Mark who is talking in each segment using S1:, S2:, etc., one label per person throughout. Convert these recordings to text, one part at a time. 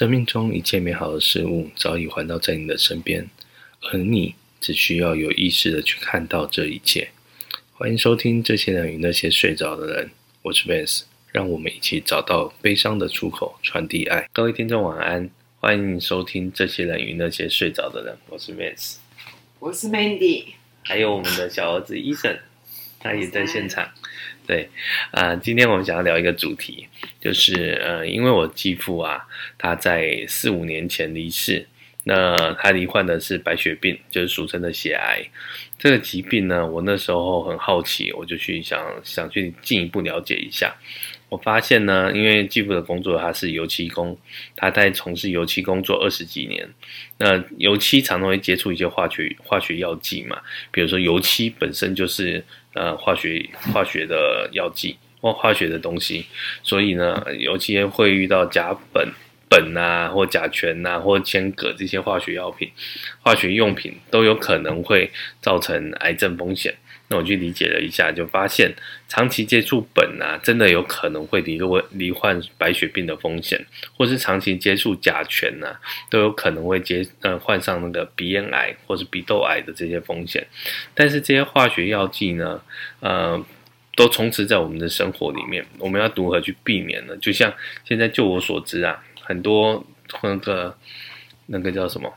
S1: 生命中一切美好的事物早已环绕在你的身边，而你只需要有意识的去看到这一切。欢迎收听这些人与那些睡着的人，我是 Vance， 让我们一起找到悲伤的出口，传递爱。各位听众晚安，欢迎收听这些人与那些睡着的人，我是 Vance，
S2: 我是 Mandy，
S1: 还有我们的小儿子 Ethan， 他也在现场。对，今天我们想要聊一个主题，就是因为我继父啊，他在4-5年前离世，那他罹患的是白血病，就是俗称的血癌。这个疾病呢，我那时候很好奇，我就去想去进一步了解一下。我发现呢，因为继父的工作他是油漆工，他在从事油漆工作20几年。那油漆常常会接触一些化学药剂嘛，比如说油漆本身就是化学的药剂或化学的东西，所以呢，油漆会遇到甲苯啊，或甲醛啊，或铅镉这些化学用品都有可能会造成癌症风险。那我去理解了一下，就发现长期接触苯啊，真的有可能会罹患白血病的风险，或是长期接触甲醛啊，都有可能会患上那个鼻咽癌或是鼻窦癌的这些风险。但是这些化学药剂呢，都充斥在我们的生活里面，我们要如何去避免呢？就像现在就我所知啊，很多那个叫什么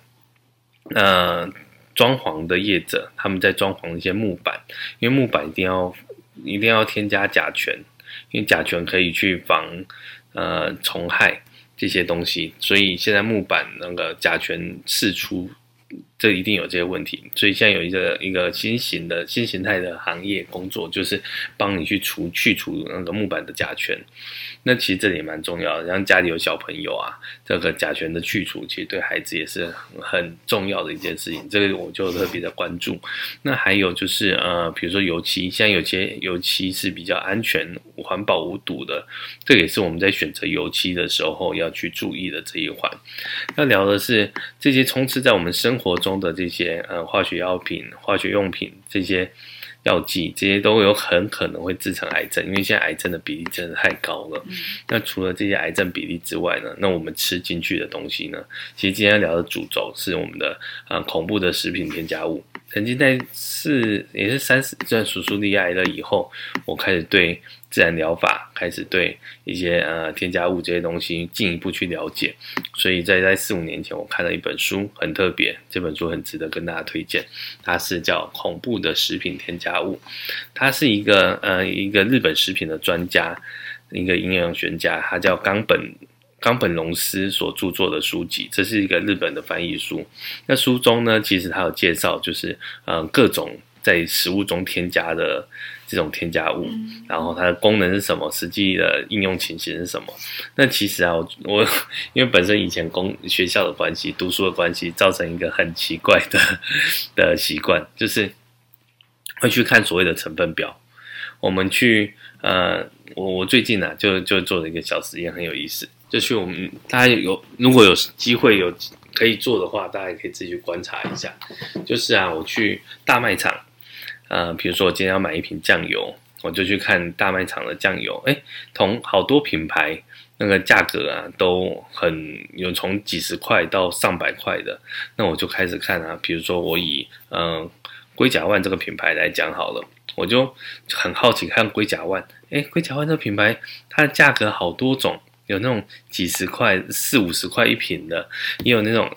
S1: 装潢的业者，他们在装潢一些木板，因为木板一定要添加甲醛，因为甲醛可以去防虫害这些东西，所以现在木板那个甲醛释出，这一定有这些问题。所以现在有一个新形态的行业工作，就是帮你去去除那个木板的甲醛。那其实这里也蛮重要的，像家里有小朋友啊，这个甲醛的去除其实对孩子也是很重要的一件事情，这个我就特别的关注。那还有就是比如说油漆，现在有些油漆是比较安全、环保、无毒的，这个也是我们在选择油漆的时候要去注意的这一环。要聊的是这些充斥在我们生活中的这些化学药品、化学用品，这些药剂，这些都有很可能会制成癌症，因为现在癌症的比例真的太高了。那除了这些癌症比例之外呢，那我们吃进去的东西呢，其实今天聊的主轴是我们的恐怖的食品添加物。曾经在也是30岁叔叔罹癌了以后，我开始对自然疗法，开始对一些添加物这些东西进一步去了解。所以在4-5年前，我看了一本书，很特别，这本书很值得跟大家推荐。它是叫《恐怖的食品添加物》，它是一个日本食品的专家，一个营养学家，他叫冈本龙司所著作的书籍，这是一个日本的翻译书。那书中呢，其实他有介绍，就是各种在食物中添加的这种添加物，然后它的功能是什么，实际的应用情形是什么。那其实啊，我因为本身以前学校的关系、读书的关系，造成一个很奇怪的习惯，就是会去看所谓的成分表。我们去我最近啊就做了一个小实验，很有意思。就是大家如果有机会可以做的话，大家也可以自己去观察一下。就是啊，我去大卖场，比如说我今天要买一瓶酱油，我就去看大卖场的酱油，同好多品牌那个价格啊都有从几十块到上百块的，那我就开始看啊，比如说我以龟甲万这个品牌来讲好了，我就很好奇看龟甲万，龟甲万这个品牌它的价格好多种。有那种几十块、40-50块一瓶的，也有那种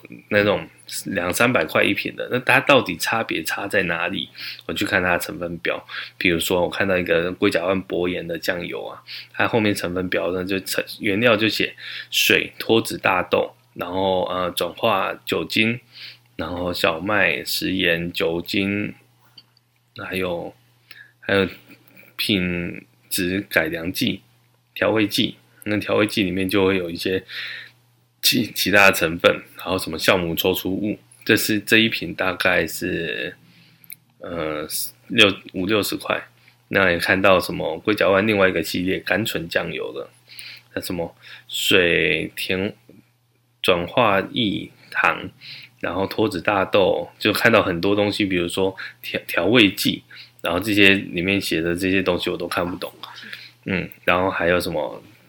S1: 200-300块一瓶的。那它到底差在哪里？我去看它的成分表。比如说，我看到一个龟甲万薄盐的酱油啊，它后面成分表呢原料就写水、脱脂大豆，然后转化酒精，然后小麦、食盐、酒精，还有品质改良剂、调味剂。那调味剂里面就会有一些其他的成分，然后什么酵母抽出物，这一瓶大概是50-60块。那也看到什么龟甲万另外一个系列甘醇酱油的，那什么水甜转化液糖，然后脱脂大豆，就看到很多东西，比如说调味剂，然后这些里面写的这些东西我都看不懂。然后还有什么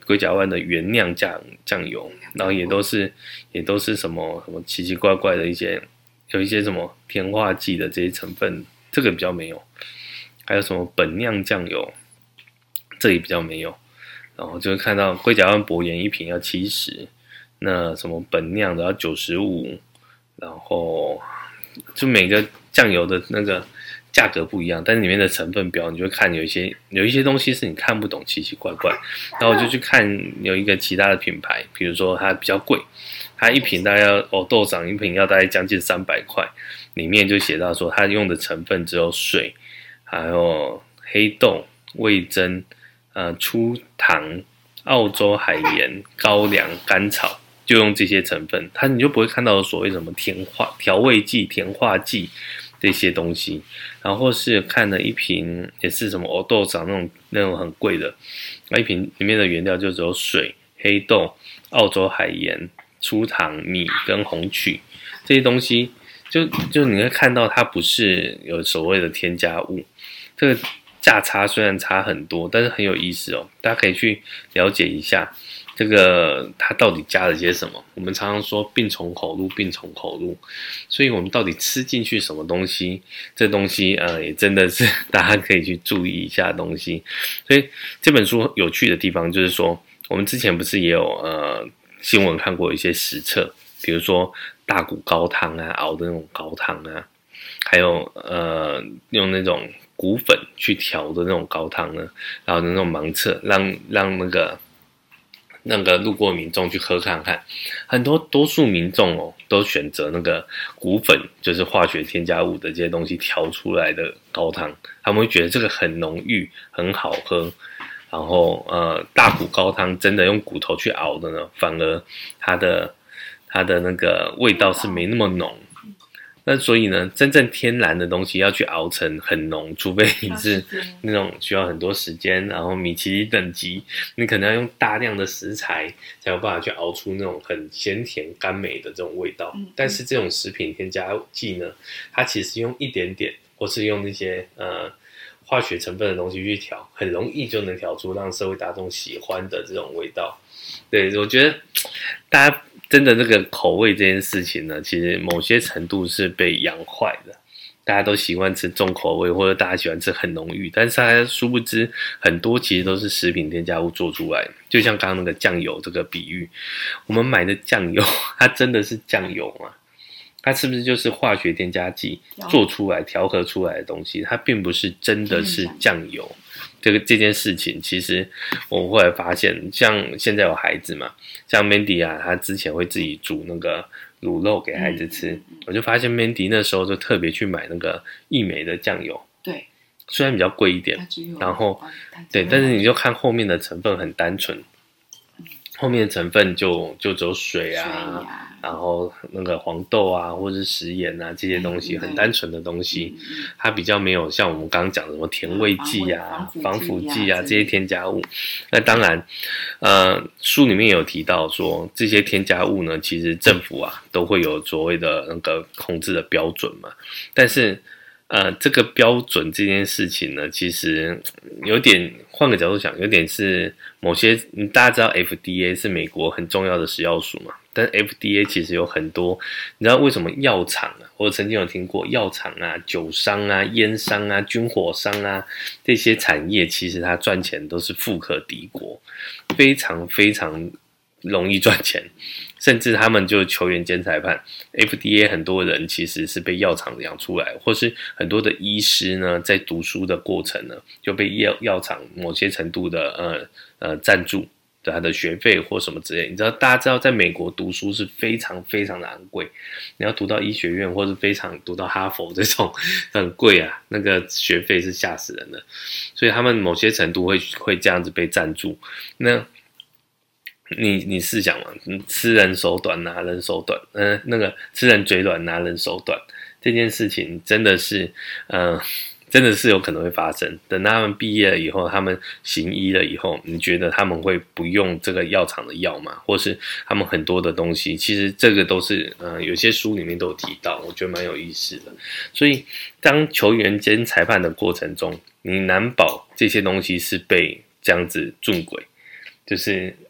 S1: 龟甲湾的原酿酱油，然后也都是什么奇奇怪怪的有一些什么甜化剂的这些成分，这个比较没有。还有什么本酿酱油，这里比较没有。然后就会看到龟甲湾薄盐一瓶要70，那什么本酿的要95，然后就每个酱油的那个价格不一样，但是里面的成分表你就会看有一些东西是你看不懂，奇奇怪怪。然后我就去看有一个其他的品牌，比如说它比较贵，它一瓶大概要豆长一瓶要大概将近300块，里面就写到说它用的成分只有水，还有黑豆、味噌、粗糖、澳洲海盐、高粱、甘草，就用这些成分，你就不会看到所谓什么调味剂、甜化剂这些东西。然后或是看了一瓶也是什么豆长那种很贵的，那一瓶里面的原料就只有水、黑豆、澳洲海盐、粗糖、米跟红曲这些东西，就你会看到它不是有所谓的添加物。这个价差虽然差很多，但是很有意思哦，大家可以去了解一下这个它到底加了些什么。我们常常说病从口入，病从口入，所以我们到底吃进去什么东西，这东西也真的是大家可以去注意一下的东西。所以这本书有趣的地方就是说，我们之前不是也有新闻看过一些实测，比如说大骨高汤啊，熬的那种高汤啊，还有用那种骨粉去调的那种高汤呢，然后那种盲测让那个路过民众去喝看看，多数民众都选择那个骨粉，就是化学添加物的这些东西调出来的高汤，他们会觉得这个很浓郁，很好喝。然后大骨高汤真的用骨头去熬的呢，反而它的那个味道是没那么浓。那所以呢，真正天然的东西要去熬成很浓，除非你是那种需要很多时间，然后米其林等级，你可能要用大量的食材才有办法去熬出那种很鲜甜甘美的这种味道。但是这种食品添加剂呢，它其实用一点点，或是用那些化学成分的东西去调，很容易就能调出让社会大众喜欢的这种味道。对，我觉得大家真的这个口味这件事情呢，其实某些程度是被养坏的。大家都喜欢吃重口味，或者大家喜欢吃很浓郁，但是大家殊不知很多其实都是食品添加物做出来的。就像刚刚那个酱油这个比喻，我们买的酱油，它真的是酱油吗？它是不是就是化学添加剂做出来调和出来的东西？它并不是真的是酱油。这件事情，其实我后来发现，像现在有孩子嘛，像 Mandy 啊，她之前会自己煮那个卤肉给孩子吃，我就发现 Mandy 那时候就特别去买那个益美的酱油，
S2: 对，
S1: 虽然比较贵一点，然后对，但是你就看后面的成分很单纯，后面的成分就只有水啊，然后那个黄豆啊，或者是食盐啊这些东西，很单纯的东西，它比较没有像我们刚刚讲的什么甜味剂啊、防腐剂啊这些添加物。那当然，书里面有提到说，这些添加物呢，其实政府啊都会有所谓的那个控制的标准嘛，但是这个标准这件事情呢，其实有点换个角度想，有点是某些大家知道 FDA 是美国很重要的食药署嘛，但 FDA 其实有很多，你知道为什么药厂啊，我曾经有听过药厂啊、酒商啊、烟商啊、军火商啊这些产业，其实它赚钱都是富可敌国，非常非常容易赚钱。甚至他们就球员兼裁判 FDA 很多人其实是被药厂养出来，或是很多的医师呢在读书的过程呢就被药厂某些程度的赞助他的学费或什么之类。你知道大家知道在美国读书是非常非常的昂贵，你要读到医学院或是读到哈佛这种很贵啊，那个学费是吓死人的，所以他们某些程度会这样子被赞助。那你试想嘛，吃人手短拿人手短，那个吃人嘴短拿人手短这件事情真的是有可能会发生。等他们毕业了以后，他们行医了以后，你觉得他们会不用这个药厂的药吗？或是他们很多的东西，其实这个都是有些书里面都有提到，我觉得蛮有意思的。所以当球员兼裁判的过程中，你难保这些东西是被这样子顺轨。就是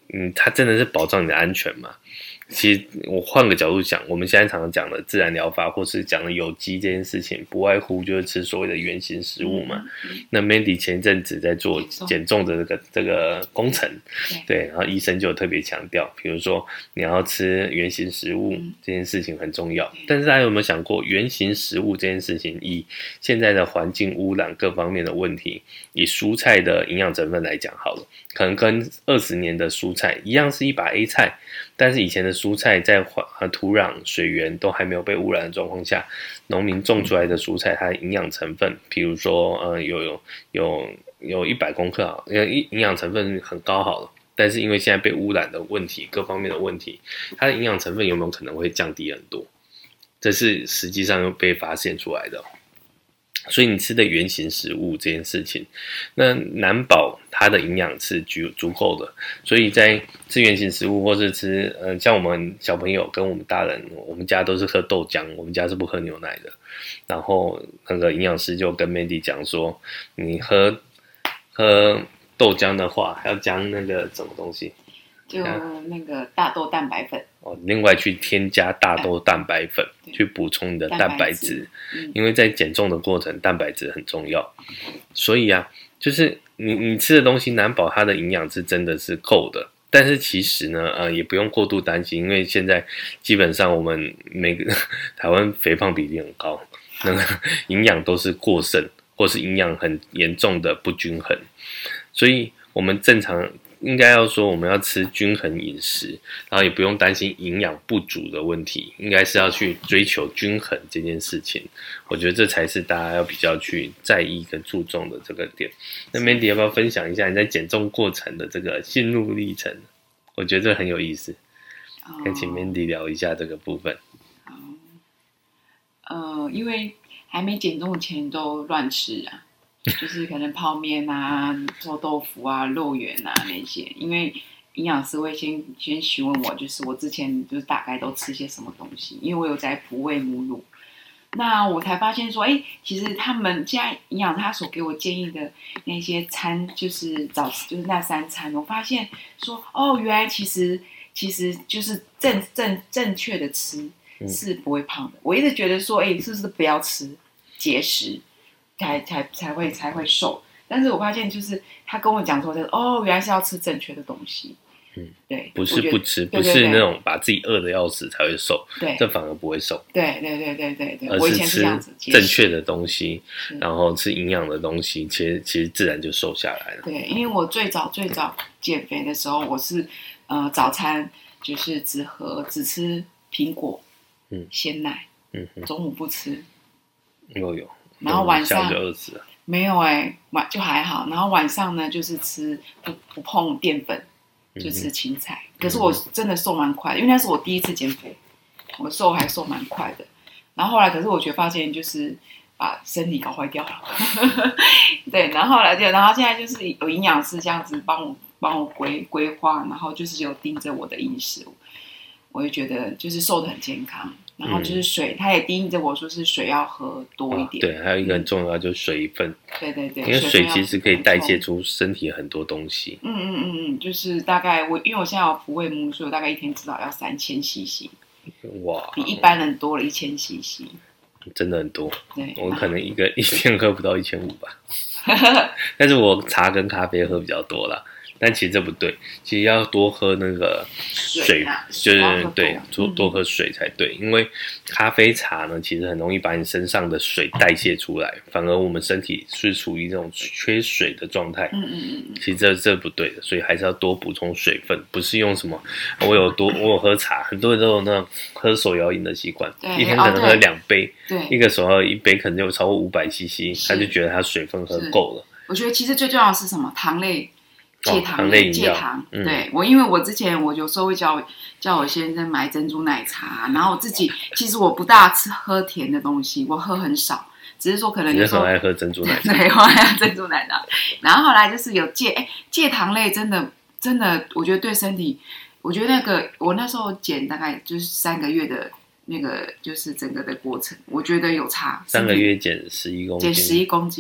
S1: 它真的是保障你的安全吗？其实我换个角度讲，我们现在常常讲的自然疗法，或是讲的有机这件事情，不外乎就是吃所谓的原型食物嘛。那 Mandy 前一阵子在做减重的这个工程，对，然后医生就有特别强调，比如说你要吃原型食物这件事情很重要。但是大家有没有想过，原型食物这件事情，以现在的环境污染各方面的问题，以蔬菜的营养成分来讲好了，可能跟20年的蔬菜一样是一把 A 菜，但是以前的蔬菜在土壤、水源都还没有被污染的状况下，农民种出来的蔬菜，它的营养成分，譬如说有100公克好，营养成分很高好了，但是因为现在被污染的问题，各方面的问题，它的营养成分有没有可能会降低很多？这是实际上又被发现出来的。所以你吃的原型食物这件事情，那难保它的营养是足够的。所以在吃原型食物，或是吃像我们小朋友跟我们大人，我们家都是喝豆浆，我们家是不喝牛奶的。然后那个营养师就跟 Mandy 讲说，你喝豆浆的话，还要加那个什么东西？
S2: 就那个大豆蛋白粉
S1: 另外去添加大豆蛋白粉去补充你的蛋白质，因为在减重的过程，蛋白质很重要。所以啊，就是你吃的东西，难保它的营养是真的是够的。但是其实呢，也不用过度担心，因为现在基本上我们台湾肥胖比例很高，那个营养都是过剩，或是营养很严重的不均衡，所以我们正常。应该要说我们要吃均衡饮食，然后也不用担心营养不足的问题，应该是要去追求均衡这件事情。我觉得这才是大家要比较去在意跟注重的这个点。那 Mandy 要不要分享一下你在减重过程的这个心路历程？我觉得这很有意思，可以请 Mandy 聊一下这个部分。
S2: 因为还没减重前都乱吃啊。就是可能泡面啊、臭豆腐啊、肉圆啊那些，因为营养师会先询问我，就是我之前就是大概都吃些什么东西，因为我有在普喂母乳，那我才发现说，其实他们现在营养他所给我建议的那些餐，就是就是那3餐，我发现说，原来其实就是正确的吃是不会胖的。我一直觉得说，是不是不要吃节食？才会瘦，但是我发现就是他跟我讲说，原来是要吃正确的东西，对，
S1: 不是不吃，不是那种把自己饿得要死才会瘦，
S2: 对，
S1: 这反而不会瘦，
S2: 对，
S1: 而是吃正确的东西，然后吃营养的东西，其实自然就瘦下来了。
S2: 对，因为我最早减肥的时候，我是早餐就是只吃苹果，鲜奶，中午不吃，
S1: 有。
S2: 然后晚上
S1: 就饿死了，
S2: 没有就还好。然后晚上呢，就是吃不碰淀粉，就吃青菜。可是我真的瘦蛮快的，因为那是我第一次减肥，我瘦蛮快的。然后后来，可是我发现就是把身体搞坏掉了。对，然后现在就是有营养师这样子帮我规划，然后就是有盯着我的饮食，我就觉得就是瘦得很健康。然后就是水，他也叮咛着我说是水要喝多一点。
S1: 对，还有一个很重要就是水分。
S2: 对，
S1: 因为水其实可以代谢出身体很多东西。
S2: 就是大概因为我现在有普喂母乳，所以我大概一天至少要3000 CC。
S1: 哇，
S2: 比一般人多了1000 CC。
S1: 真的很多。
S2: 对，
S1: 我可能一天喝不到1500吧。但是我茶跟咖啡喝比较多啦。但其实这不对，其实要多喝那个水，就是对，多喝水才对。因为咖啡茶呢，其实很容易把你身上的水代谢出来，反而我们身体是处于这种缺水的状态。其实这不对的，所以还是要多补充水分，不是用什么我有喝茶，很多人都有那种喝手摇饮的习惯，一天可能喝2杯，一个手摇1杯可能就超过500 CC， 他就觉得他水分喝够了。
S2: 我觉得其实最重要的是什么？糖类。戒糖，对，因为我之前我有时候会叫我先生买珍珠奶茶，然后自己其实我不大喝甜的东西，我喝很少，只是说可能
S1: 有时候爱喝珍珠奶茶，
S2: 对，我爱喝珍珠奶茶。然后后来就是有戒糖类，真的，我觉得对身体，我觉得那个我那时候减大概就是3个月的那个就是整个的过程，我觉得有差。
S1: 3个月减11公斤，
S2: 减11公斤。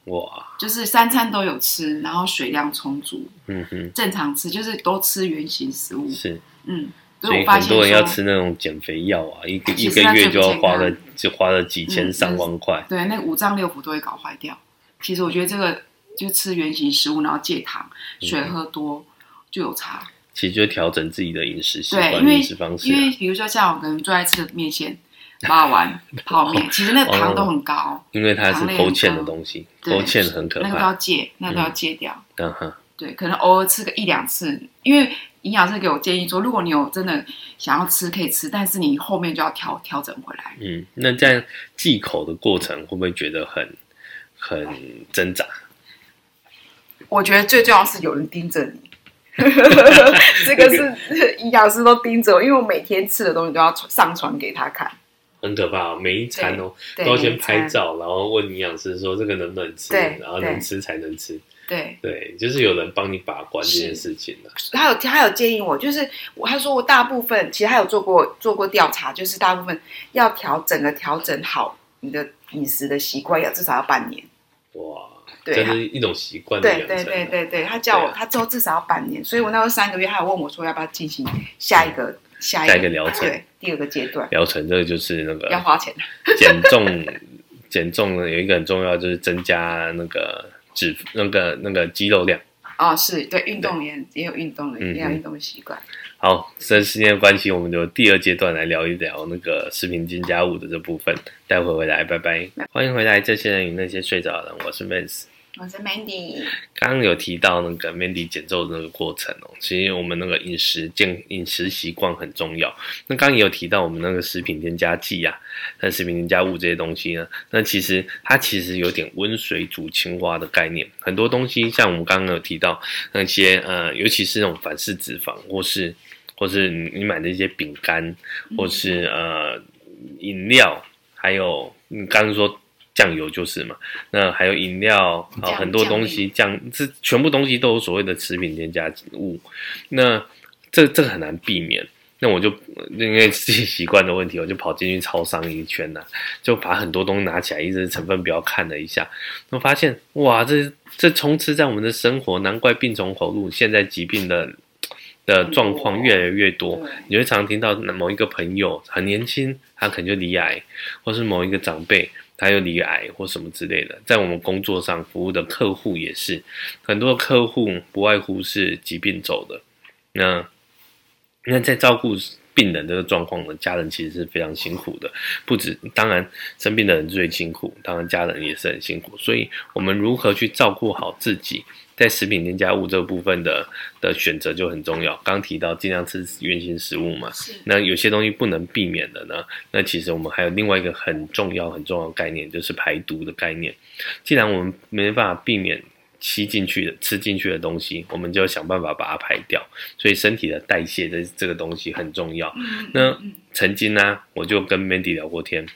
S1: 哇，
S2: 就是3餐都有吃，然后水量充足，正常吃，就是都吃原型食物。
S1: 是，
S2: 所
S1: 以很多人要吃那种减肥药啊，一个月就要花了几千上万块。
S2: 对，那5脏6腑都会搞坏掉。其实我觉得这个就吃原型食物，然后戒糖，水喝多就有差。
S1: 其实就调整自己的饮食习惯、饮食方式。
S2: 因为比如说像我可能最爱吃的面线、八碗泡面，其实那个糖都很高，
S1: 因为它是勾芡的东西，勾芡很可怕。
S2: 那个都要戒，那都要戒掉。
S1: 嗯
S2: 对，可能偶尔吃个1-2次，因为营养师给我建议说，如果你有真的想要吃可以吃，但是你后面就要调整回来。
S1: 那这样忌口的过程会不会觉得很挣扎？
S2: 我觉得最重要是有人盯着你。这个是营养师都盯着我，因为我每天吃的东西都要上传给他看，
S1: 很可怕哦。每一餐都要先拍照，然后问营养师说这个能不能吃，然后能吃才能吃。对，就是有人帮你把关这件事情的。
S2: 他有建议我，就是他说我大部分其实他有做过调查，就是大部分要整整好你的饮食的习惯，至少要半年。
S1: 哇！这是一种习惯的养成。
S2: 对，他叫我，他之后至少要半年，所以我那时候3个月，他有问我说要不要进行下一个
S1: 疗程，
S2: 对，第2个阶段
S1: 疗程，这个就是那个
S2: 要花钱
S1: 减重呢有一个很重要，就是增加那个那个肌肉量。
S2: 是对，运动也有运动的，也有运动的习惯。
S1: 好，趁时间的关系，我们就第2阶段来聊一聊那个食品添加物的这部分。待会回来，拜拜。欢迎回来，这些人与那些睡着的人，我是 Vance。
S2: 我是 Mandy。
S1: 刚刚有提到那个 Mandy 减重的那个过程哦，其实我们那个饮食习惯很重要。那刚刚也有提到我们那个食品添加剂啊，那食品添加物这些东西呢，那它其实有点温水煮青蛙的概念。很多东西像我们刚刚有提到那些尤其是那种反式脂肪，或是你买的一些饼干，或是饮料，还有你刚刚说酱油就是嘛，那还有饮料很多东西这全部东西都有所谓的食品添加物，那这个很难避免。那我就因为自己习惯的问题，我就跑进去超商一圈就把很多东西拿起来，一直成分表看了一下，我发现哇，这充斥在我们的生活，难怪病从口入，现在疾病的状况越来越多。你会常听到某一个朋友很年轻，他可能就罹癌，或是某一个长辈他又罹癌或什么之类的。在我们工作上服务的客户也是，很多客户不外乎是疾病走的。那在照顾病人这个状况呢，家人其实是非常辛苦的，当然生病的人最辛苦，当然家人也是很辛苦。所以我们如何去照顾好自己，在食品添加物这部分的选择就很重要。刚提到尽量吃原型食物嘛，那有些东西不能避免的呢，那其实我们还有另外一个很重要的概念，就是排毒的概念。既然我们没办法避免吃进去的东西，我们就想办法把它排掉。所以身体的代谢的这个东西很重要。那曾经呢，我就跟 Mandy 聊过天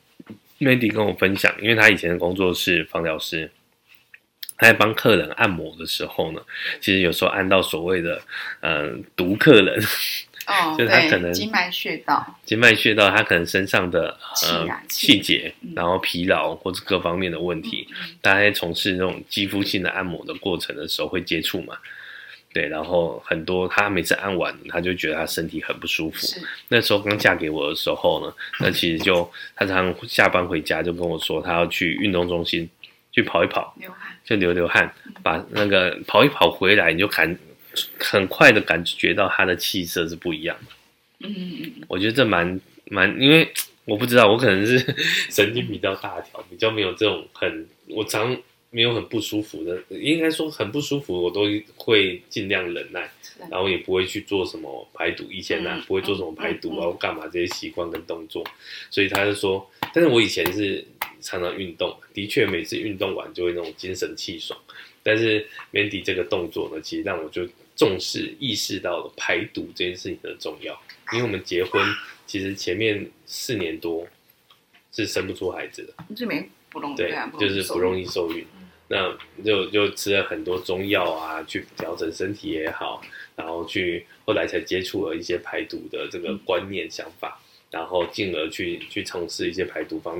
S1: ，Mandy 跟我分享，因为他以前的工作是芳疗师，他在帮客人按摩的时候呢，其实有时候按到所谓的毒客人。就是他可能
S2: 经脉穴道，
S1: 他可能身上的气结，然后疲劳或者各方面的问题，他在从事那种肌肤性的按摩的过程的时候会接触嘛，对，然后很多他每次按完，他就觉得他身体很不舒服。那时候刚嫁给我的时候呢，那其实他常常下班回家就跟我说，他要去运动中心去跑一跑，流汗，把那个跑一跑回来，你就很快的感觉到他的气色是不一样的。我觉得这蛮，因为我不知道，我可能是神经比较大条，比较没有这种我常没有很不舒服的，应该说很不舒服，我都会尽量忍耐，然后也不会去做什么排毒。以前不会做什么排毒啊，或干嘛这些习惯跟动作。所以他就说，但是我以前是常常运动，的确每次运动完就会那种精神气爽。但是 Mandy 这个动作呢，其实让我就意识到了排毒这件事情的重要。因为我们结婚其实前面4年多是生不出孩子的，对，就是不容易受孕。那就吃了很多中药啊，去调整身体也好，然后后来才接触了一些排毒的这个观念想法，然后进而去从事一些排毒方面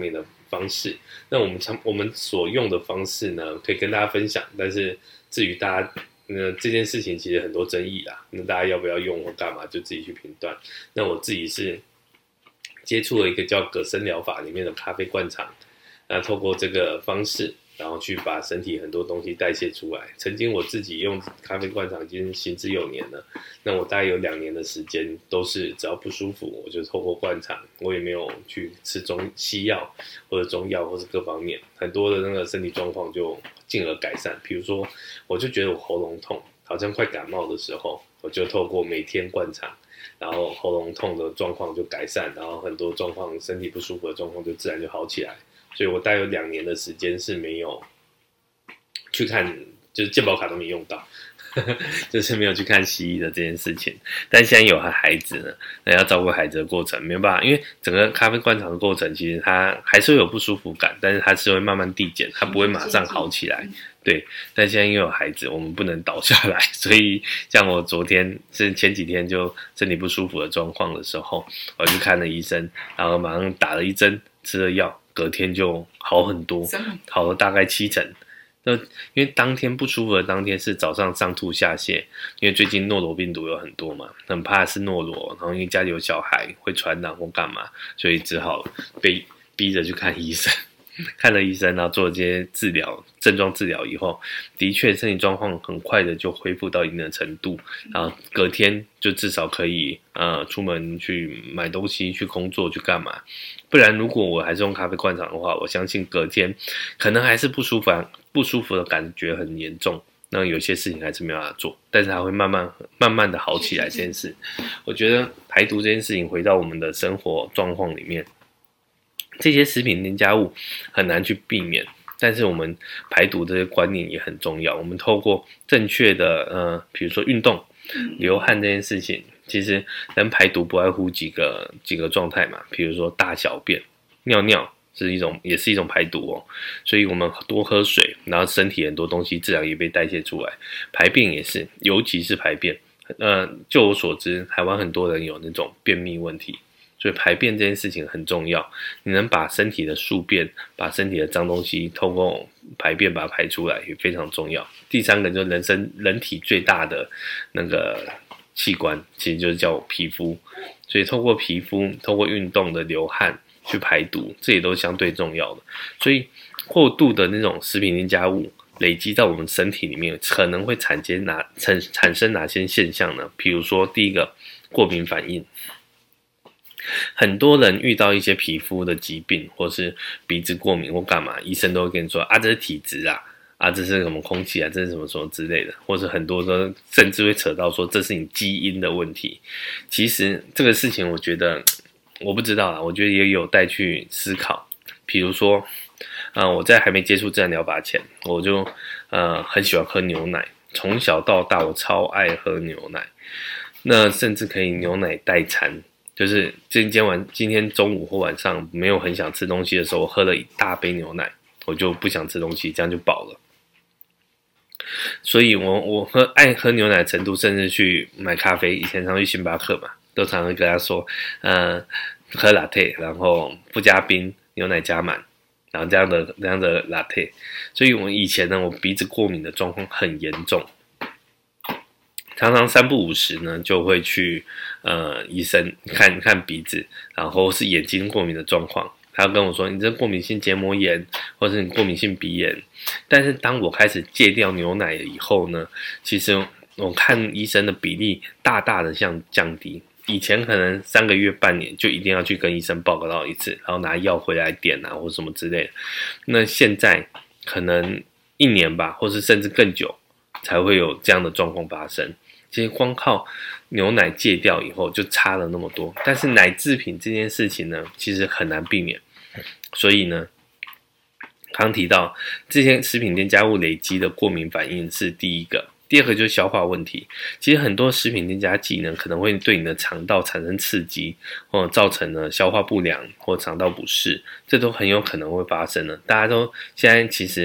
S1: 方式。那我们所用的方式呢，可以跟大家分享，但是至于大家这件事情其实很多争议啦，那大家要不要用或干嘛就自己去评断。那我自己是接触了一个叫葛森疗法里面的咖啡灌肠，那透过这个方式，然后去把身体很多东西代谢出来。曾经我自己用咖啡灌肠已经行之有年了，那我大概有2年的时间都是只要不舒服我就透过灌肠，我也没有去吃西药或者中药或是各方面，很多的那个身体状况就进而改善。比如说我就觉得我喉咙痛，好像快感冒的时候，我就透过每天灌肠，然后喉咙痛的状况就改善，然后很多状况身体不舒服的状况就自然就好起来。所以我大概有2年的时间是没有去看，就是健保卡都没用到就是没有去看西医的这件事情。但现在有孩子呢，那要照顾孩子的过程没有办法，因为整个咖啡灌肠的过程其实它还是会有不舒服感，但是它是会慢慢递减，它不会马上好起来。对，但现在因为有孩子，我们不能倒下来，所以像我昨天是前几天就身体不舒服的状况的时候，我去看了医生，然后马上打了1针，吃了药，隔天就好很多，好了大概70%。那因为当天不舒服的当天是早上上吐下泻，因为最近诺罗病毒有很多嘛，很怕是诺罗，然后因为家里有小孩会传染或干嘛，所以只好被逼着去看医生。看了医生，然后做了这些治疗，症状治疗以后，的确身体状况很快的就恢复到一定的程度，然后隔天就至少可以出门去买东西、去工作、去干嘛。不然如果我还是用咖啡灌肠的话，我相信隔天可能还是不舒服的感觉很严重。那有些事情还是没办法做，但是它会慢慢的好起来。这件事，我觉得排毒这件事情回到我们的生活状况里面。这些食品添加物很难去避免，但是我们排毒这些观念也很重要。我们透过正确的比如说运动、流汗这件事情，其实能排毒不外乎几个状态嘛。比如说大小便、尿尿也是一种排毒哦。所以我们多喝水，然后身体很多东西自然也被代谢出来。排便也是，尤其是排便。就我所知，台湾很多人有那种便秘问题。所以排便这件事情很重要，你能把身体的宿便、把身体的脏东西透过排便把它排出来也非常重要。第3个就是人体最大的那个器官，其实就是叫皮肤。所以透过皮肤、透过运动的流汗去排毒，这也都是相对重要的。所以过度的那种食品添加物累积在我们身体里面，可能会产生哪些现象呢？比如说第一个，过敏反应。很多人遇到一些皮肤的疾病，或是鼻子过敏或干嘛，医生都会跟你说这是体质啊，这是什么空气啊，这是什么什么之类的，或是很多都甚至会扯到说这是你基因的问题。其实这个事情我觉得我不知道啦，我觉得也有待去思考。比如说我在还没接触自然疗法前，我就很喜欢喝牛奶，从小到大我超爱喝牛奶，那甚至可以牛奶代餐。就是今天中午或晚上没有很想吃东西的时候，我喝了一大杯牛奶，我就不想吃东西，这样就饱了。所以我爱喝牛奶的程度，甚至去买咖啡，以前常去星巴克嘛，都常会跟他说喝 latte， 然后不加冰，牛奶加满，然后这样的 latte。所以我以前呢，我鼻子过敏的状况很严重，常常3不5时呢就会去医生看看鼻子，然后是眼睛过敏的状况，他跟我说你这过敏性结膜炎，或是你过敏性鼻炎。但是当我开始戒掉牛奶以后呢，其实我看医生的比例大大的降低。以前可能3个月半年就一定要去跟医生报告到一次，然后拿药回来点或什么之类的。那现在可能1年吧，或是甚至更久才会有这样的状况发生。其实光靠牛奶戒掉以后就差了那么多，但是奶制品这件事情呢，其实很难避免。所以呢，刚提到这些食品添加物累积的过敏反应是第一个。第2个就是消化问题。其实很多食品添加剂呢，可能会对你的肠道产生刺激，或造成了消化不良或肠道不适，这都很有可能会发生的。大家都现在其实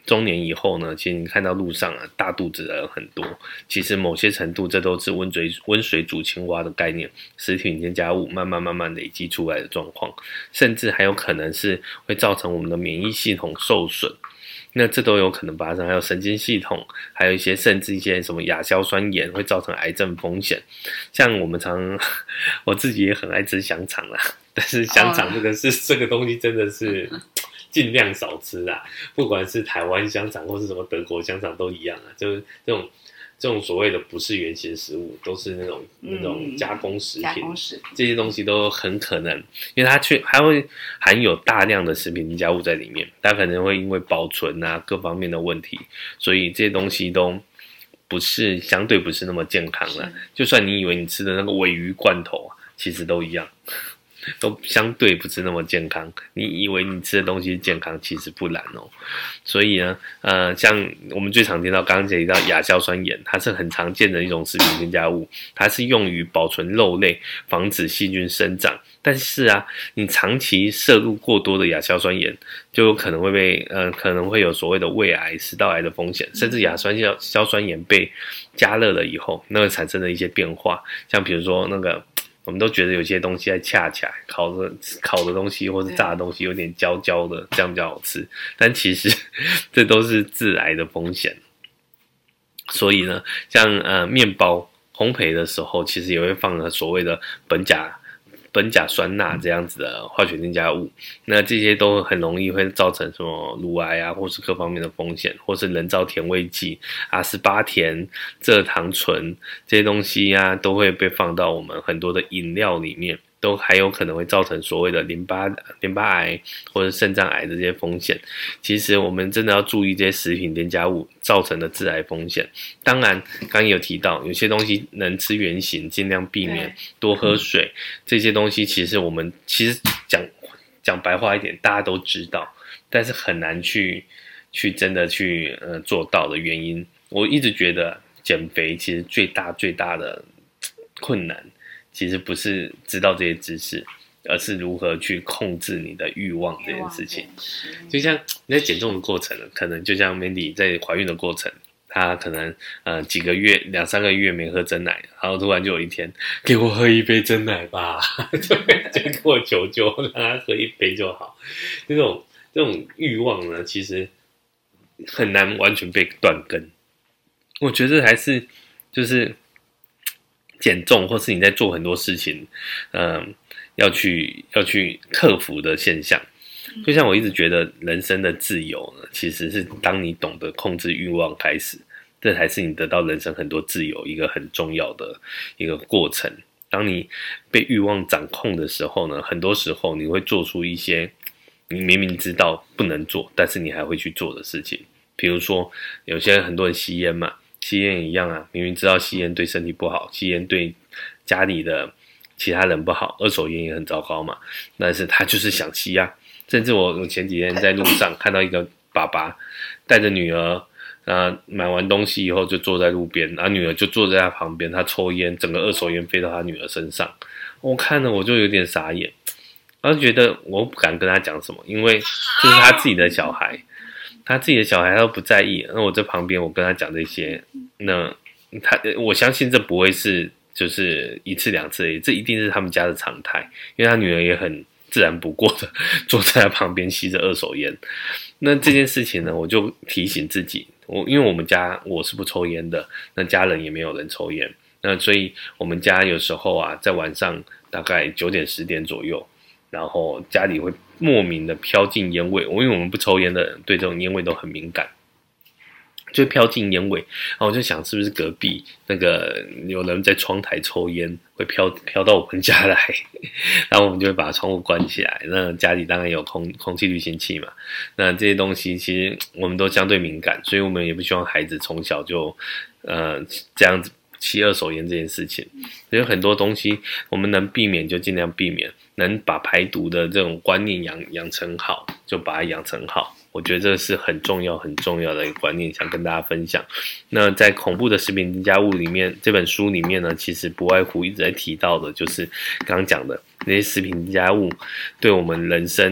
S1: 中年以后呢，其实你看到路上啊，大肚子的人很多。其实某些程度，这都是温水煮青蛙的概念，食品添加物慢慢累积出来的状况，甚至还有可能是会造成我们的免疫系统受损。那这都有可能发生，还有神经系统，还有甚至一些什么亚硝酸盐会造成癌症风险。像我们我自己也很爱吃香肠啦，但是香肠这个东西真的是尽量少吃啦，不管是台湾香肠或是什么德国香肠都一样啊，就是这种所谓的不是原型食物，都是那种加工食品，这些东西都很可能，因为它会含有大量的食品添加物在里面，它可能会因为保存啊各方面的问题，所以这些东西都相对不是那么健康了。就算你以为你吃的那个鲔鱼罐头啊，其实都一样。都相对不是那么健康，你以为你吃的东西健康，其实不然哦。所以呢，像我们最常听到刚刚提到亚硝酸盐，它是很常见的一种食品添加物，它是用于保存肉类，防止细菌生长。但是啊，你长期摄入过多的亚硝酸盐，就有可能会可能会有所谓的胃癌、食道癌的风险，甚至亚硝酸盐被加热了以后，那个产生的一些变化，像比如说那个。我们都觉得有些东西在恰起来，烤的东西或是炸的东西有点焦焦的，这样比较好吃。但其实这都是致癌的风险。所以呢，像面包烘焙的时候，其实也会放了所谓的苯甲酸钠这样子的化学添加物，那这些都很容易会造成什么乳癌啊，或是各方面的风险，或是人造甜味剂、阿斯巴甜、蔗糖醇这些东西啊，都会被放到我们很多的饮料里面，都还有可能会造成所谓的淋巴癌或者肾脏癌的这些风险。其实我们真的要注意这些食品添加物造成的致癌风险。当然刚刚有提到有些东西能吃原形，尽量避免，多喝水，这些东西其实我们讲白话一点，大家都知道，但是很难去真的去做到的原因。我一直觉得减肥其实最大的困难其实不是知道这些知识，而是如何去控制你的欲望这件事情。就像你在减重的过程，可能就像 Mandy 在怀孕的过程，她可能几个月2-3个月没喝真奶，然后突然就有一天给我喝一杯真奶吧，就跟我求救，让她喝一杯就好。这种欲望呢，其实很难完全被断根。我觉得还是就是减重，或是你在做很多事情，要去克服的现象。就像我一直觉得人生的自由呢，其实是当你懂得控制欲望开始，这才是你得到人生很多自由一个很重要的一个过程。当你被欲望掌控的时候呢，很多时候你会做出一些你明明知道不能做，但是你还会去做的事情。比如说很多人吸烟嘛，吸烟一样啊，明明知道吸烟对身体不好，吸烟对家里的其他人不好，二手烟也很糟糕嘛，但是他就是想吸啊。甚至我前几天在路上看到一个爸爸带着女儿，买完东西以后就坐在路边，然后女儿就坐在他旁边，他抽烟，整个二手烟飞到他女儿身上。我看了我就有点傻眼，然后觉得我不敢跟他讲什么，因为这是他自己的小孩，他都不在意。那我在旁边，我跟他讲这些，那我相信这不会是就是1次2次而已，这一定是他们家的常态，因为他女儿也很自然不过的坐在他旁边吸着二手烟。那这件事情呢，我就提醒自己，因为我们家我是不抽烟的，那家人也没有人抽烟，那所以我们家有时候啊，在晚上大概9点10点左右，然后家里会莫名的飘进烟味，因为我们不抽烟的人对这种烟味都很敏感，就飘进烟味，然后我就想是不是隔壁那个有人在窗台抽烟，会飘到我们家来，然后我们就会把窗户关起来。那家里当然有空气滤清器嘛，那这些东西其实我们都相对敏感，所以我们也不希望孩子从小就这样子吸二手烟这件事情。所以很多东西我们能避免就尽量避免，能把排毒的这种观念养成好就把它养成好。我觉得这是很重要的一个观念，想跟大家分享。那在恐怖的食品添加物里面，这本书里面呢，其实不外乎一直在提到的，就是刚刚讲的那些食品添加物对我们人生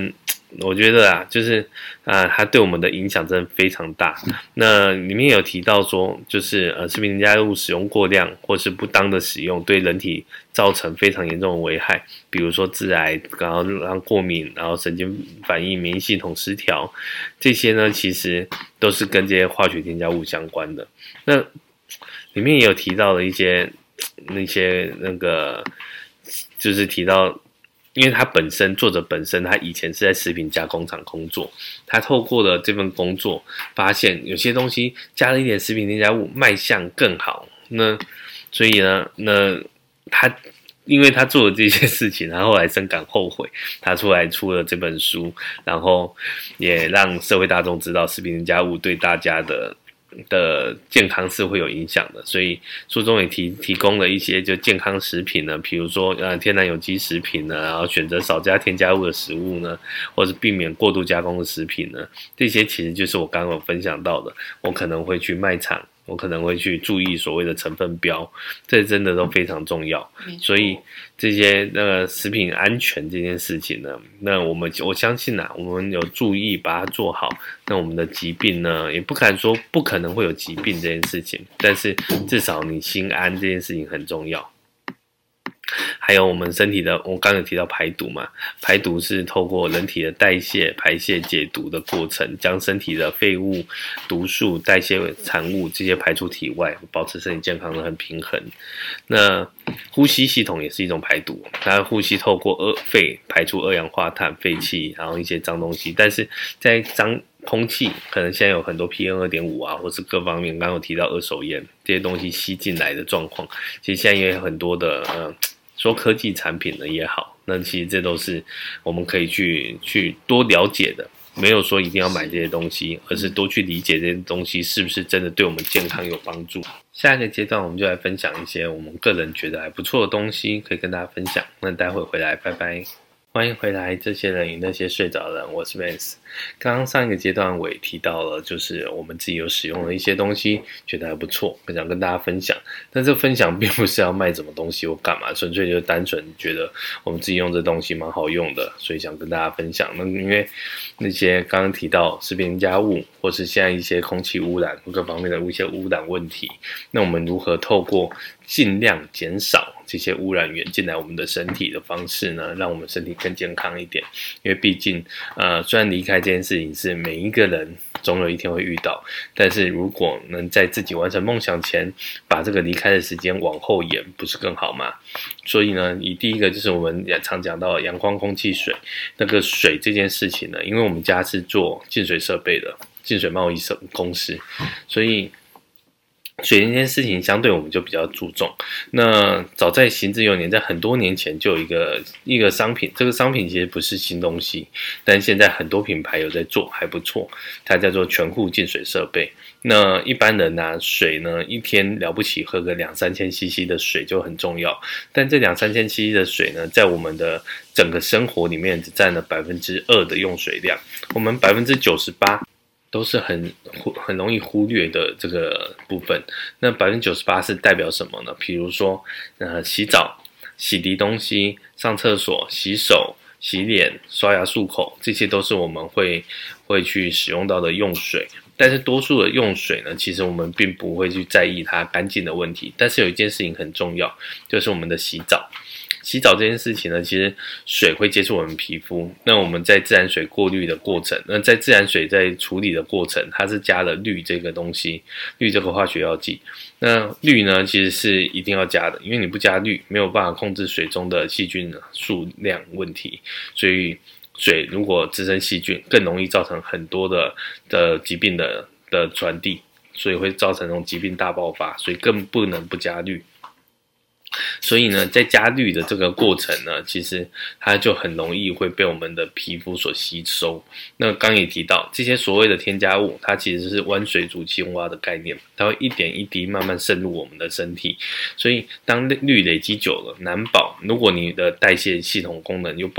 S1: 我觉得啊，就是它对我们的影响真的非常大。那里面有提到说，就是食品添加物使用过量或是不当的使用，对人体造成非常严重的危害，比如说致癌，然后让过敏，然后神经反应、免疫系统失调，这些呢，其实都是跟这些化学添加物相关的。那里面也有提到了一些那个，就是提到。因为作者本身他以前是在食品加工厂工作，他透过了这份工作，发现有些东西加了一点食品添加物，卖相更好。所以呢，因为他做了这些事情，他后来深感后悔，他出了这本书，然后也让社会大众知道食品添加物对大家的健康是会有影响的，所以书中也提供了一些就健康食品呢，比如说天然有机食品呢，然后选择少加添加物的食物呢，或是避免过度加工的食品呢，这些其实就是我刚刚有分享到的，我可能会去卖场，我可能会去注意所谓的成分标，这真的都非常重要。所以这些食品安全这件事情呢，那我相信我们有注意把它做好，那我们的疾病呢，也不敢说不可能会有疾病这件事情，但是至少你心安这件事情很重要。还有我们身体的，我刚刚有提到排毒嘛，排毒是透过人体的代谢、排泄、解毒的过程，将身体的废物、毒素、代谢产物这些排出体外，保持身体健康的很平衡。那呼吸系统也是一种排毒，它呼吸透过肺排出二氧化碳、废气，然后一些脏东西，但是在空气可能现在有很多 PM2.5 啊，或是各方面，刚刚有提到二手烟这些东西吸进来的状况，其实现在也有很多的说科技产品呢也好，那其实这都是我们可以去多了解的，没有说一定要买这些东西，而是多去理解这些东西是不是真的对我们健康有帮助。下一个阶段我们就来分享一些我们个人觉得还不错的东西，可以跟大家分享。那待会回来，拜拜。欢迎回来，这些人与那些睡着的人，我是 Vance。刚刚上一个阶段我也提到了，就是我们自己有使用的一些东西，觉得还不错，想跟大家分享。但这分享并不是要卖什么东西或干嘛，纯粹就单纯觉得我们自己用这东西蛮好用的，所以想跟大家分享。那因为那些刚刚提到食品添加物，或是现在一些空气污染或各方面的一些污染问题，那我们如何透过尽量减少这些污染源进来我们的身体的方式呢，让我们身体更健康一点。因为毕竟虽然离开这件事情是每一个人总有一天会遇到，但是如果能在自己完成梦想前把这个离开的时间往后延，不是更好吗？所以呢，以第一个就是我们也常讲到阳光、空气、水，那个水这件事情呢，因为我们家是做净水设备的，净水贸易公司，所以水这件事情相对我们就比较注重。那早在行之有年，在很多年前就有一个商品，这个商品其实不是新东西，但现在很多品牌有在做，还不错。它叫做全户净水设备。那一般人水呢，一天了不起喝个2-3千 CC 的水就很重要，但这2-3千 CC 的水呢，在我们的整个生活里面只占了 2% 的用水量，我们 98%都是很容易忽略的这个部分。那 98% 是代表什么呢？比如说洗澡、洗涤东西、上厕所、洗手、洗脸、刷牙漱口，这些都是我们会去使用到的用水。但是多数的用水呢，其实我们并不会去在意它干净的问题。但是有一件事情很重要，就是我们的洗澡。洗澡这件事情呢，其实水会接触我们皮肤。那我们在自然水过滤的过程，那在自然水在处理的过程，它是加了氯这个东西，氯这个化学药剂。那氯呢，其实是一定要加的，因为你不加氯，没有办法控制水中的细菌数量问题。所以水如果滋生细菌，更容易造成很多的疾病的传递，所以会造成那种疾病大爆发，所以更不能不加氯。所以呢，在加氯的这个过程呢，其实它就很容易会被我们的皮肤所吸收。那刚也提到，这些所谓的添加物，它其实是温水煮青蛙的概念，它会一点一滴慢慢渗入我们的身体。所以当氯累积久了，难保如果你的代谢系统功能又不好，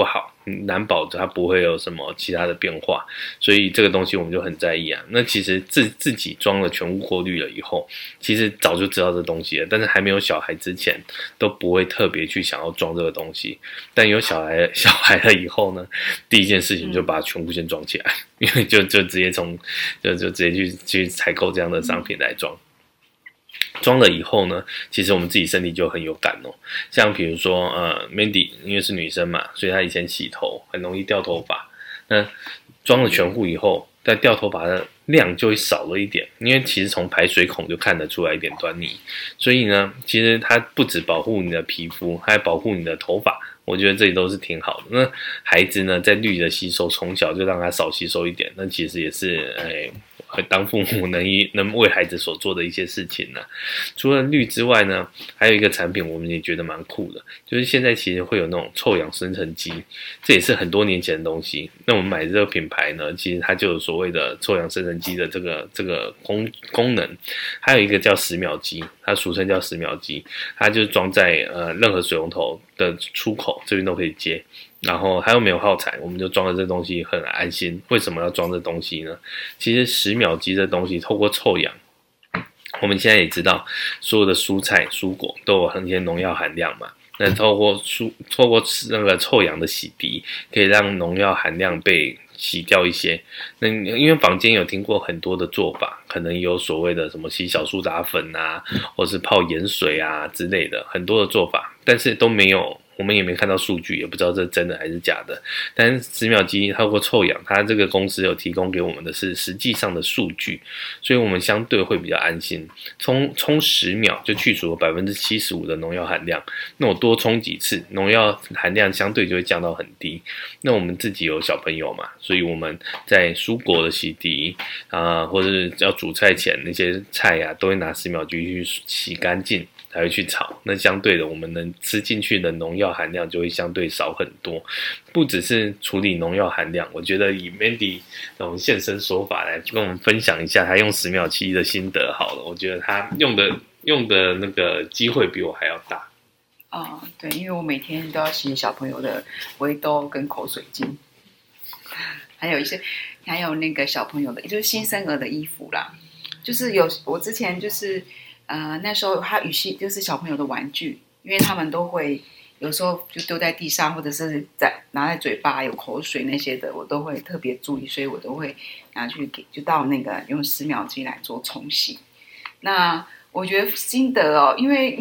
S1: 难保它不会有什么其他的变化，所以这个东西我们就很在意啊。那其实自己装了全屋过滤了以后，其实早就知道这东西了，但是还没有小孩之前都不会特别去想要装这个东西。但有小孩了以后呢，第一件事情就把全部先装起来，因为就直接就直接去采购这样的商品来装。装了以后呢，其实我们自己身体就很有感哦。像比如说Mandy 因为是女生嘛，所以她以前洗头很容易掉头发。那装了全护以后，但掉头发的量就会少了一点，因为其实从排水孔就看得出来一点端倪。所以呢，其实它不只保护你的皮肤，还保护你的头发。我觉得这里都是挺好的。那孩子呢，在氯的吸收，从小就让他少吸收一点，那其实也是当父母能为孩子所做的一些事情呢。除了氯之外呢，还有一个产品我们也觉得蛮酷的，就是现在其实会有那种臭氧生成机，这也是很多年前的东西。那我们买这个品牌呢，其实它就有所谓的臭氧生成机的这个功能。还有一个叫10秒机，它俗称叫10秒机，它就是装在任何水龙头的出口这边都可以接。然后还有没有耗材，我们就装了这东西很安心。为什么要装这东西呢？其实10秒机这东西透过臭氧，我们现在也知道所有的蔬菜蔬果都有很些农药含量嘛，那透过那个臭氧的洗涤，可以让农药含量被洗掉一些。那因为坊间有听过很多的做法，可能有所谓的什么洗小苏打粉啊，或是泡盐水啊之类的很多的做法，但是都没有，我们也没看到数据，也不知道这是真的还是假的。但是10秒机透过臭氧，它这个公司有提供给我们的是实际上的数据，所以我们相对会比较安心。冲10秒就去除了75%的农药含量，那我多冲几次，农药含量相对就会降到很低。那我们自己有小朋友嘛，所以我们在蔬果的洗涤或者是要煮菜前那些菜啊，都会拿10秒机去洗干净才会去炒。那相对的，我们能吃进去的农药含量就会相对少很多。不只是处理农药含量，我觉得以 Mandy 那种现身说法来跟我们分享一下他用10秒机的心得好了。我觉得他用的那个机会比我还要大。
S2: 对，因为我每天都要洗小朋友的围兜跟口水巾，还有那个小朋友的，就是新生儿的衣服啦。就是我之前就是那时候他就是小朋友的玩具，因为他们都会有时候就丢在地上，或者是拿在嘴巴有口水那些的，我都会特别注意，所以我都会拿去就到那个用10秒机来做冲洗。那我觉得心得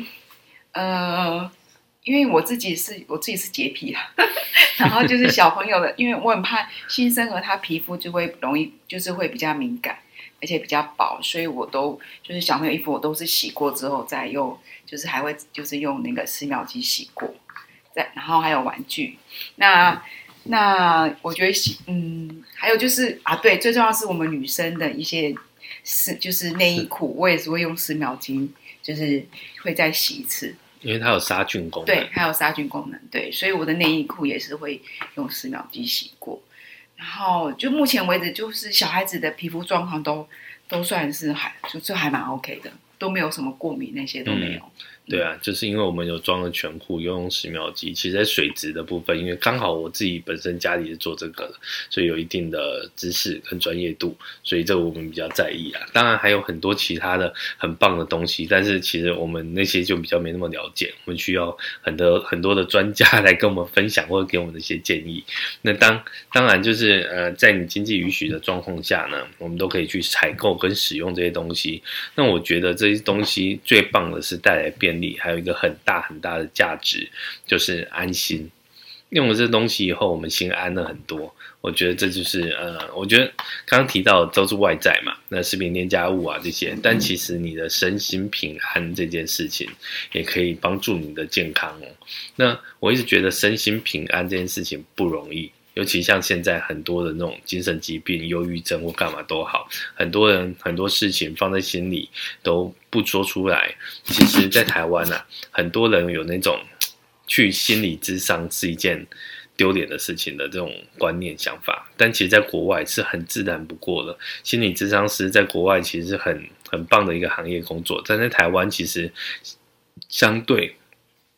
S2: 因为我自己是洁癖啦，然后就是小朋友的，因为我很怕新生儿他皮肤就会容易就是会比较敏感，而且比较薄，所以我都就是小朋友衣服我都是洗过之后再用，就是还会就是用那个10秒机洗过，然后还有玩具。那我觉得还有就是对，最重要是我们女生的一些就是内衣裤，我也是会用10秒机，就是会再洗一次。
S1: 因为它有杀菌功能，
S2: 对，还有杀菌功能，对，所以我的内衣裤也是会用10秒机洗过。然后就目前为止，就是小孩子的皮肤状况都算是还蛮 OK 的，都没有什么过敏，那些都没有。
S1: 对啊，就是因为我们有装了全护，又用10秒机，其实在水质的部分，因为刚好我自己本身家里是做这个的，所以有一定的知识跟专业度，所以这个我们比较在意啊。当然还有很多其他的很棒的东西，但是其实我们那些就比较没那么了解，我们需要很多的专家来跟我们分享或者给我们的一些建议。那当然就是在你经济允许的状况下呢，我们都可以去采购跟使用这些东西。那我觉得这些东西最棒的是带来便利，还有一个很大很大的价值，就是安心。用了这东西以后，我们心安了很多。我觉得这就是我觉得刚刚提到的都是外在嘛，那食品添加物啊这些，但其实你的身心平安这件事情，也可以帮助你的健康哦。那我一直觉得身心平安这件事情不容易。尤其像现在很多的那种精神疾病、忧郁症或干嘛都好，很多人很多事情放在心里都不说出来。其实在台湾啊，很多人有那种去心理咨商是一件丢脸的事情的这种观念想法，但其实在国外是很自然不过的。心理咨商师在国外其实是很棒的一个行业工作，但在台湾其实相对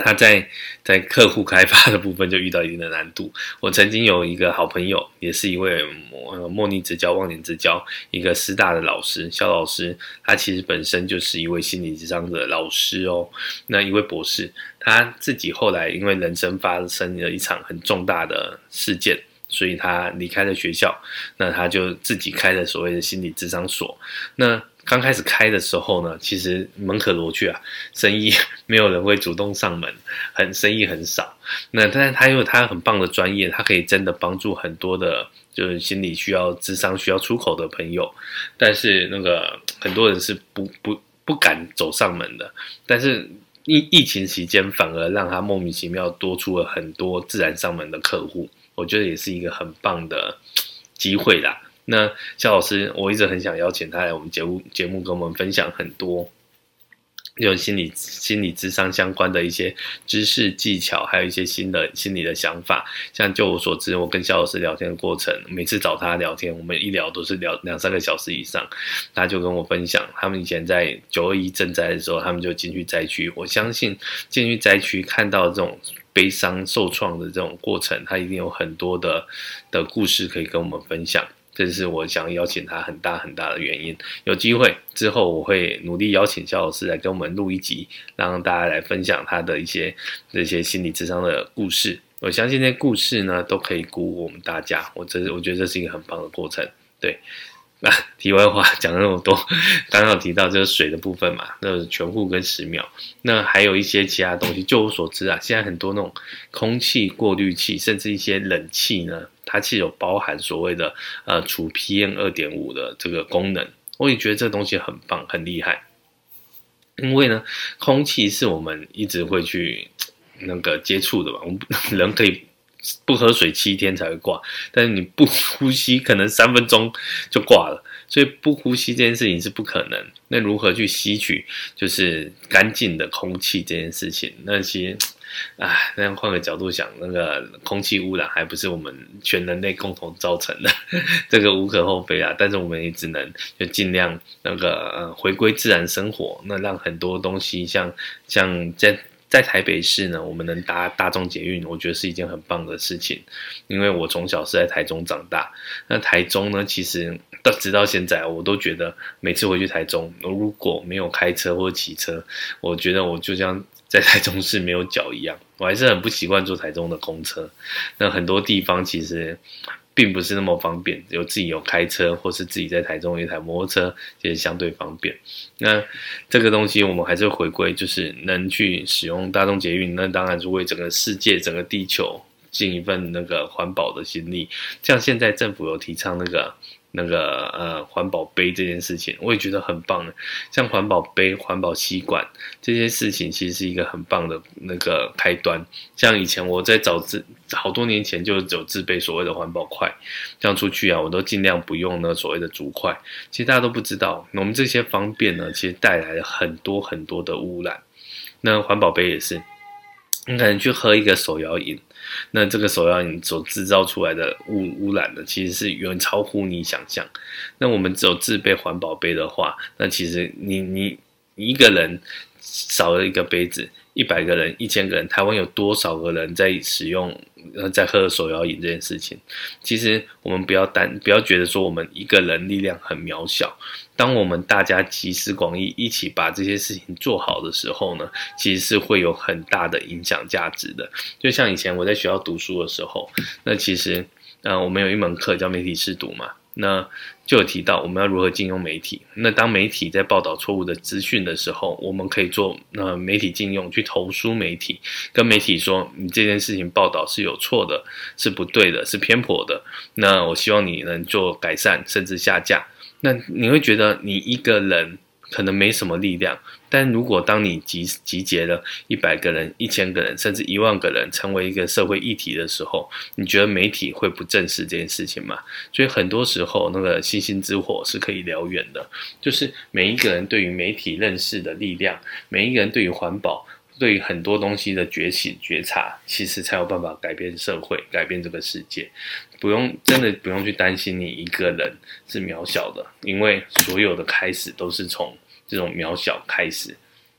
S1: 他在客户开发的部分就遇到一定的难度。我曾经有一个好朋友，也是一位莫逆之交、忘年之交，一个师大的老师，肖老师，他其实本身就是一位心理咨商的老师哦，那一位博士，他自己后来因为人生发生了一场很重大的事件，所以他离开了学校，那他就自己开了所谓的心理咨商所。那刚开始开的时候呢，其实门可罗雀啊，生意没有人会主动上门，生意很少。那但是他有他很棒的专业，他可以真的帮助很多的，就是心理需要咨商需要出口的朋友。但是那个很多人是不敢走上门的。但是疫情期间反而让他莫名其妙多出了很多自然上门的客户，我觉得也是一个很棒的机会啦。那肖老师，我一直很想邀请他来我们节目跟我们分享很多就心理咨商相关的一些知识技巧，还有一些新的心理的想法。像就我所知，我跟肖老师聊天的过程，每次找他聊天，我们一聊都是聊2-3个小时以上。他就跟我分享，他们以前在921赈灾的时候，他们就进去灾区。我相信进去灾区看到这种悲伤受创的这种过程，他一定有很多的故事可以跟我们分享。这是我想邀请他很大的原因。有机会之后，我会努力邀请肖老师来跟我们录一集，让大家来分享他的这些心理咨商的故事。我相信这些故事呢，都可以鼓舞我们大家。我觉得这是一个很棒的过程。对。题外话讲了那么多，刚刚有提到就是水的部分嘛，那全户跟10秒，那还有一些其他东西。就我所知啊，现在很多那种空气过滤器，甚至一些冷气呢，它其实有包含所谓的除 PM2.5 的这个功能。我也觉得这个东西很棒，很厉害。因为呢，空气是我们一直会去那个接触的嘛，我们人可以不喝水7天才会挂，但是你不呼吸可能3分钟就挂了，所以不呼吸这件事情是不可能。那如何去吸取就是干净的空气这件事情，那其实那样换个角度想，那个空气污染还不是我们全人类共同造成的，这个无可厚非啊。但是我们也只能就尽量那个回归自然生活，那让很多东西像在台北市呢，我们能搭大众捷运，我觉得是一件很棒的事情。因为我从小是在台中长大，那台中呢，其实直到现在，我都觉得每次回去台中，我如果没有开车或骑车，我觉得我就像在台中市没有脚一样，我还是很不习惯坐台中的公车。那很多地方其实并不是那么方便，自己有开车或是自己在台中有一台摩托车，其实相对方便。那这个东西我们还是回归，就是能去使用大众捷运，那当然是为整个世界、整个地球尽一份那个环保的心力。像现在政府有提倡那个环保杯这件事情，我也觉得很棒。像环保杯、环保吸管这些事情，其实是一个很棒的那个开端。像以前我在好多年前就有自备所谓的环保筷，这样出去啊，我都尽量不用那所谓的竹筷。其实大家都不知道，我们这些方便呢，其实带来了很多的污染。那环保杯也是，你可能去喝一个手摇饮。那这个手摇饮所制造出来的污染呢，其实是远超乎你想象。那我们只有自备环保杯的话，那其实你一个人少了一个杯子，100个人、1000个人，台湾有多少个人在使用在喝手摇饮这件事情？其实我们不要觉得说我们一个人力量很渺小。当我们大家集思广益，一起把这些事情做好的时候呢，其实是会有很大的影响价值的。就像以前我在学校读书的时候，那其实我们有一门课叫媒体识读嘛，那就有提到我们要如何禁用媒体。那当媒体在报道错误的资讯的时候，我们可以做媒体禁用，去投诉媒体，跟媒体说你这件事情报道是有错的，是不对的，是偏颇的。那我希望你能做改善，甚至下架。那你会觉得你一个人可能没什么力量，但如果当你集结了100个人、1000个人，甚至10000个人，成为一个社会议题的时候，你觉得媒体会不正视这件事情吗？所以很多时候那个星星之火是可以燎原的，就是每一个人对于媒体认识的力量，每一个人对于环保，对于很多东西的觉醒觉察，其实才有办法改变社会，改变这个世界。真的不用去担心你一个人是渺小的，因为所有的开始都是从这种渺小开始。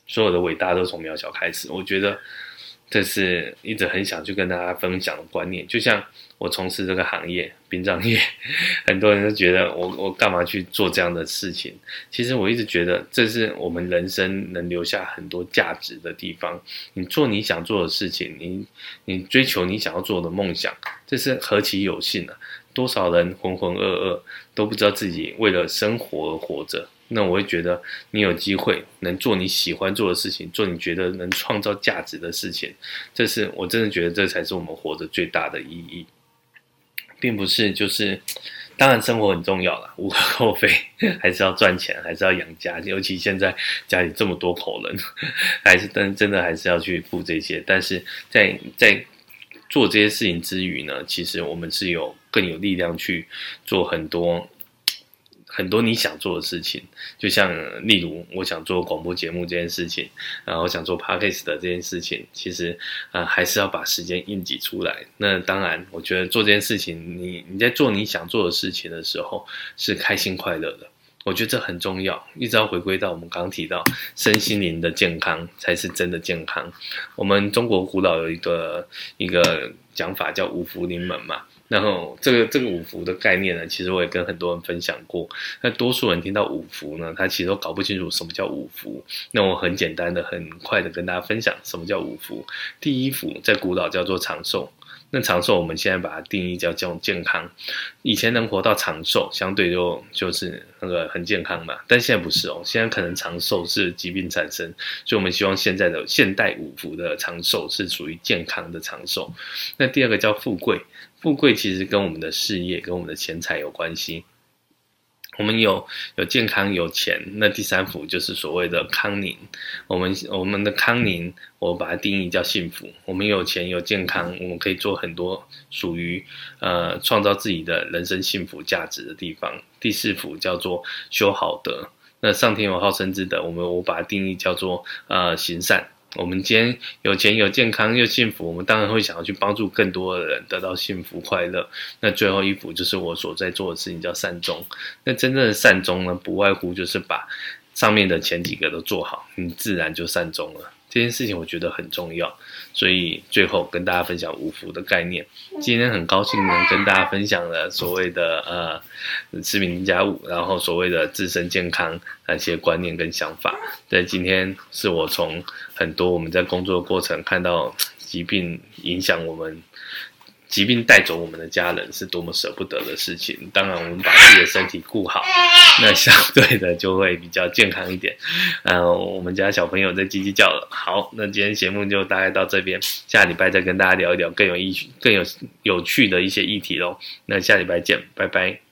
S1: 所有的伟大都从渺小开始。我觉得这是一直很想去跟大家分享的观念。就像我从事这个行业，殡葬业，很多人都觉得我干嘛去做这样的事情？其实我一直觉得这是我们人生能留下很多价值的地方。你做你想做的事情，你追求你想要做的梦想，这是何其有幸啊！多少人浑浑噩噩都不知道自己为了生活而活着。那我会觉得你有机会能做你喜欢做的事情，做你觉得能创造价值的事情，这是我真的觉得这才是我们活着最大的意义，并不是就是当然生活很重要啦，无可厚非，还是要赚钱，还是要养家，尤其现在家里这么多口人，还是真的还是要去付这些。但是在做这些事情之余呢，其实我们是更有力量去做很多你想做的事情。就像例如我想做广播节目这件事情，然后我想做 podcast 的这件事情，其实还是要把时间硬挤出来。那当然我觉得做这件事情，你在做你想做的事情的时候是开心快乐的，我觉得这很重要。一直要回归到我们刚刚提到身心灵的健康才是真的健康。我们中国古老有一个讲法叫五福临门嘛，然后这个五福的概念呢，其实我也跟很多人分享过。那多数人听到五福呢，他其实都搞不清楚什么叫五福。那我很简单的很快的跟大家分享什么叫五福。第一福在古老叫做长寿，那长寿我们现在把它定义叫健康。以前能活到长寿相对就是那个很健康嘛，但现在不是哦，现在可能长寿是疾病产生，所以我们希望现在的现代五福的长寿是属于健康的长寿。那第二个叫富贵，富贵其实跟我们的事业跟我们的钱财有关系。我们有健康有钱，那第三福就是所谓的康宁。我们的康宁，我把它定义叫幸福。我们有钱有健康，我们可以做很多属于创造自己的人生幸福价值的地方。第四福叫做修好德，那上天有好生之德，我把它定义叫做行善。我们今天有钱有健康又幸福，我们当然会想要去帮助更多的人得到幸福快乐。那最后一福就是我所在做的事情叫善终。那真正的善终呢，不外乎就是把上面的前几个都做好，你自然就善终了。这件事情我觉得很重要，所以最后跟大家分享五福的概念。今天很高兴能跟大家分享了所谓的吃0加5，然后所谓的自身健康那些观念跟想法。在今天是我从很多我们在工作的过程看到疾病影响我们，疾病带走我们的家人是多么舍不得的事情。当然我们把自己的身体顾好，那相对的就会比较健康一点。我们家小朋友在叽叽叫了。好，那今天节目就大概到这边，下礼拜再跟大家聊一聊更有趣的一些议题咯。那下礼拜见，拜拜。